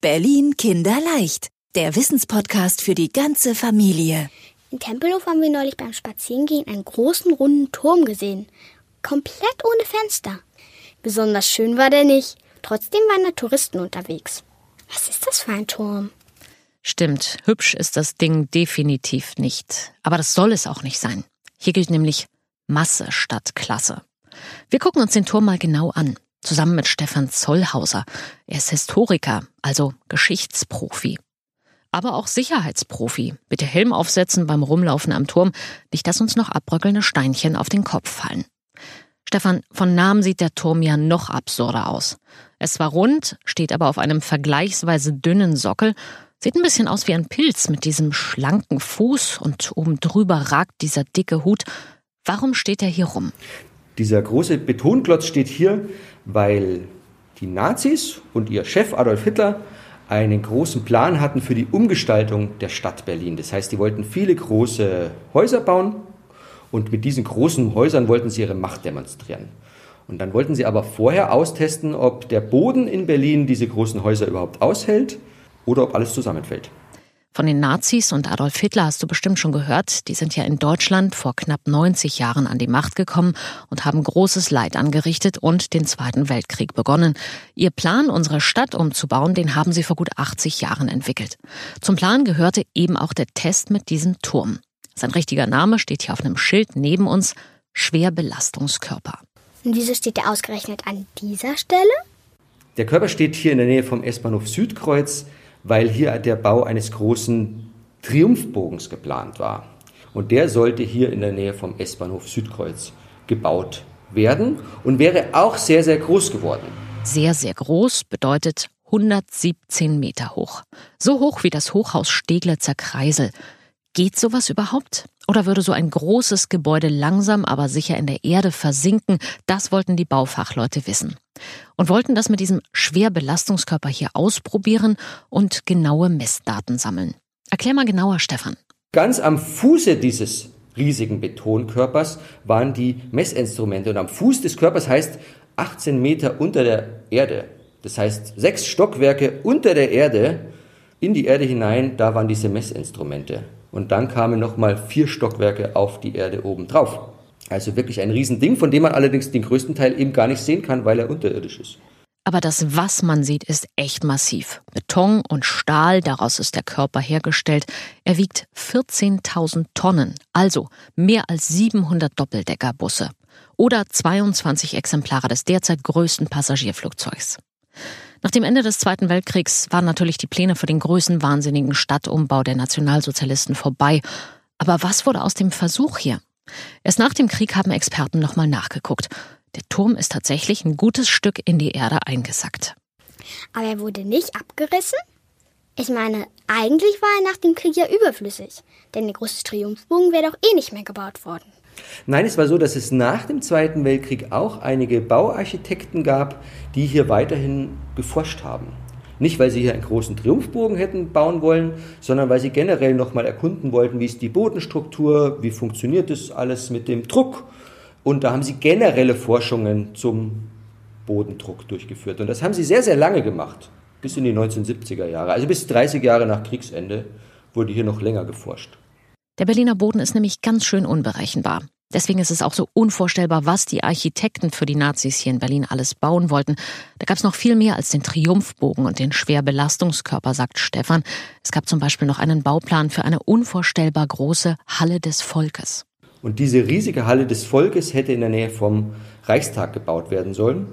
Berlin kinderleicht. Der Wissenspodcast für die ganze Familie. In Tempelhof haben wir neulich beim Spazierengehen einen großen, runden Turm gesehen. Komplett ohne Fenster. Besonders schön war der nicht. Trotzdem waren da Touristen unterwegs. Was ist das für ein Turm? Stimmt, hübsch ist das Ding definitiv nicht. Aber das soll es auch nicht sein. Hier gilt nämlich Masse statt Klasse. Wir gucken uns den Turm mal genau an. Zusammen mit Stefan Zollhauser. Er ist Historiker, also Geschichtsprofi. Aber auch Sicherheitsprofi. Bitte Helm aufsetzen beim Rumlaufen am Turm, nicht dass uns noch abbröckelnde Steinchen auf den Kopf fallen. Stefan, von Namen sieht der Turm ja noch absurder aus. Er ist zwar rund, steht aber auf einem vergleichsweise dünnen Sockel, sieht ein bisschen aus wie ein Pilz mit diesem schlanken Fuß und oben drüber ragt dieser dicke Hut. Warum steht er hier rum? Dieser große Betonklotz steht hier, weil die Nazis und ihr Chef Adolf Hitler einen großen Plan hatten für die Umgestaltung der Stadt Berlin. Das heißt, die wollten viele große Häuser bauen und mit diesen großen Häusern wollten sie ihre Macht demonstrieren. Und dann wollten sie aber vorher austesten, ob der Boden in Berlin diese großen Häuser überhaupt aushält oder ob alles zusammenfällt. Von den Nazis und Adolf Hitler hast du bestimmt schon gehört. Die sind ja in Deutschland vor knapp 90 Jahren an die Macht gekommen und haben großes Leid angerichtet und den Zweiten Weltkrieg begonnen. Ihr Plan, unsere Stadt umzubauen, den haben sie vor gut 80 Jahren entwickelt. Zum Plan gehörte eben auch der Test mit diesem Turm. Sein richtiger Name steht hier auf einem Schild neben uns: Schwerbelastungskörper. Und wieso steht der ausgerechnet an dieser Stelle? Der Körper steht hier in der Nähe vom S-Bahnhof Südkreuz, weil hier der Bau eines großen Triumphbogens geplant war. Und der sollte hier in der Nähe vom S-Bahnhof Südkreuz gebaut werden und wäre auch sehr, sehr groß geworden. Sehr, sehr groß bedeutet 117 Meter hoch. So hoch wie das Hochhaus Steglitzer Kreisel. Geht sowas überhaupt? Oder würde so ein großes Gebäude langsam, aber sicher in der Erde versinken? Das wollten die Baufachleute wissen. Und wollten das mit diesem Schwerbelastungskörper hier ausprobieren und genaue Messdaten sammeln. Erklär mal genauer, Stefan. Ganz am Fuße dieses riesigen Betonkörpers waren die Messinstrumente. Und am Fuß des Körpers heißt 18 Meter unter der Erde. Das heißt 6 Stockwerke unter der Erde, in die Erde hinein, da waren diese Messinstrumente. Und dann kamen nochmal 4 Stockwerke auf die Erde oben drauf. Also wirklich ein Riesending, von dem man allerdings den größten Teil eben gar nicht sehen kann, weil er unterirdisch ist. Aber das, was man sieht, ist echt massiv. Beton und Stahl, daraus ist der Körper hergestellt. Er wiegt 14.000 Tonnen, also mehr als 700 Doppeldeckerbusse. Oder 22 Exemplare des derzeit größten Passagierflugzeugs. Nach dem Ende des Zweiten Weltkriegs waren natürlich die Pläne für den größenwahnsinnigen Stadtumbau der Nationalsozialisten vorbei. Aber was wurde aus dem Versuch hier? Erst nach dem Krieg haben Experten nochmal nachgeguckt. Der Turm ist tatsächlich ein gutes Stück in die Erde eingesackt. Aber er wurde nicht abgerissen? Ich meine, eigentlich war er nach dem Krieg ja überflüssig. Denn der große Triumphbogen wäre doch eh nicht mehr gebaut worden. Nein, es war so, dass es nach dem Zweiten Weltkrieg auch einige Bauarchitekten gab, die hier weiterhin geforscht haben. Nicht, weil sie hier einen großen Triumphbogen hätten bauen wollen, sondern weil sie generell nochmal erkunden wollten, wie ist die Bodenstruktur, wie funktioniert das alles mit dem Druck. Und da haben sie generelle Forschungen zum Bodendruck durchgeführt. Und das haben sie sehr, sehr lange gemacht, bis in die 1970er Jahre. Also bis 30 Jahre nach Kriegsende wurde hier noch länger geforscht. Der Berliner Boden ist nämlich ganz schön unberechenbar. Deswegen ist es auch so unvorstellbar, was die Architekten für die Nazis hier in Berlin alles bauen wollten. Da gab es noch viel mehr als den Triumphbogen und den Schwerbelastungskörper, sagt Stefan. Es gab zum Beispiel noch einen Bauplan für eine unvorstellbar große Halle des Volkes. Und diese riesige Halle des Volkes hätte in der Nähe vom Reichstag gebaut werden sollen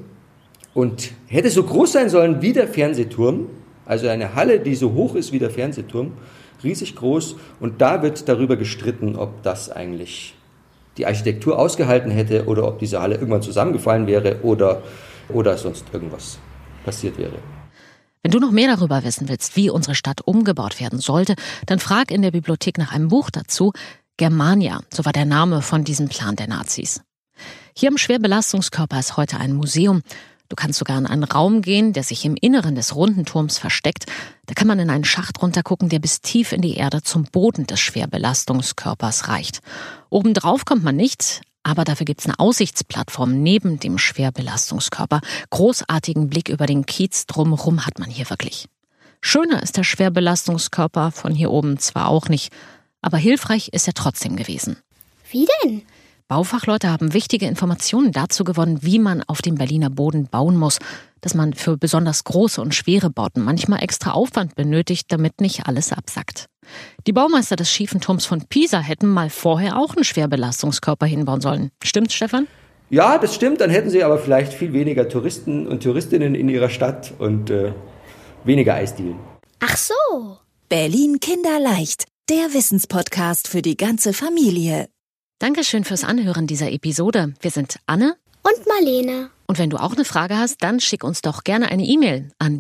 und hätte so groß sein sollen wie der Fernsehturm. Also eine Halle, die so hoch ist wie der Fernsehturm, riesig groß. Und da wird darüber gestritten, ob das eigentlich die Architektur ausgehalten hätte oder ob diese Halle irgendwann zusammengefallen wäre oder sonst irgendwas passiert wäre. Wenn du noch mehr darüber wissen willst, wie unsere Stadt umgebaut werden sollte, dann frag in der Bibliothek nach einem Buch dazu. Germania, so war der Name von diesem Plan der Nazis. Hier im Schwerbelastungskörper ist heute ein Museum. Du kannst sogar in einen Raum gehen, der sich im Inneren des runden Turms versteckt. Da kann man in einen Schacht runtergucken, der bis tief in die Erde zum Boden des Schwerbelastungskörpers reicht. Obendrauf kommt man nicht, aber dafür gibt's eine Aussichtsplattform neben dem Schwerbelastungskörper. Großartigen Blick über den Kiez drumherum hat man hier wirklich. Schöner ist der Schwerbelastungskörper von hier oben zwar auch nicht, aber hilfreich ist er trotzdem gewesen. Wie denn? Baufachleute haben wichtige Informationen dazu gewonnen, wie man auf dem Berliner Boden bauen muss, dass man für besonders große und schwere Bauten manchmal extra Aufwand benötigt, damit nicht alles absackt. Die Baumeister des schiefen Turms von Pisa hätten mal vorher auch einen Schwerbelastungskörper hinbauen sollen. Stimmt's, Stefan? Ja, das stimmt. Dann hätten sie aber vielleicht viel weniger Touristen und Touristinnen in ihrer Stadt und weniger Eisdielen. Ach so. Berlin Kinderleicht, der Wissenspodcast für die ganze Familie. Dankeschön fürs Anhören dieser Episode. Wir sind Anne Und Marlene. und wenn du auch eine Frage hast, dann schick uns doch gerne eine E-Mail an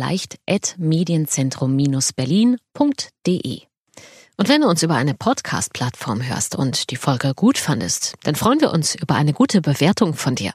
kinderleicht@medienzentrum-berlin.de. Und wenn du uns über eine Podcast-Plattform hörst und die Folge gut fandest, dann freuen wir uns über eine gute Bewertung von dir.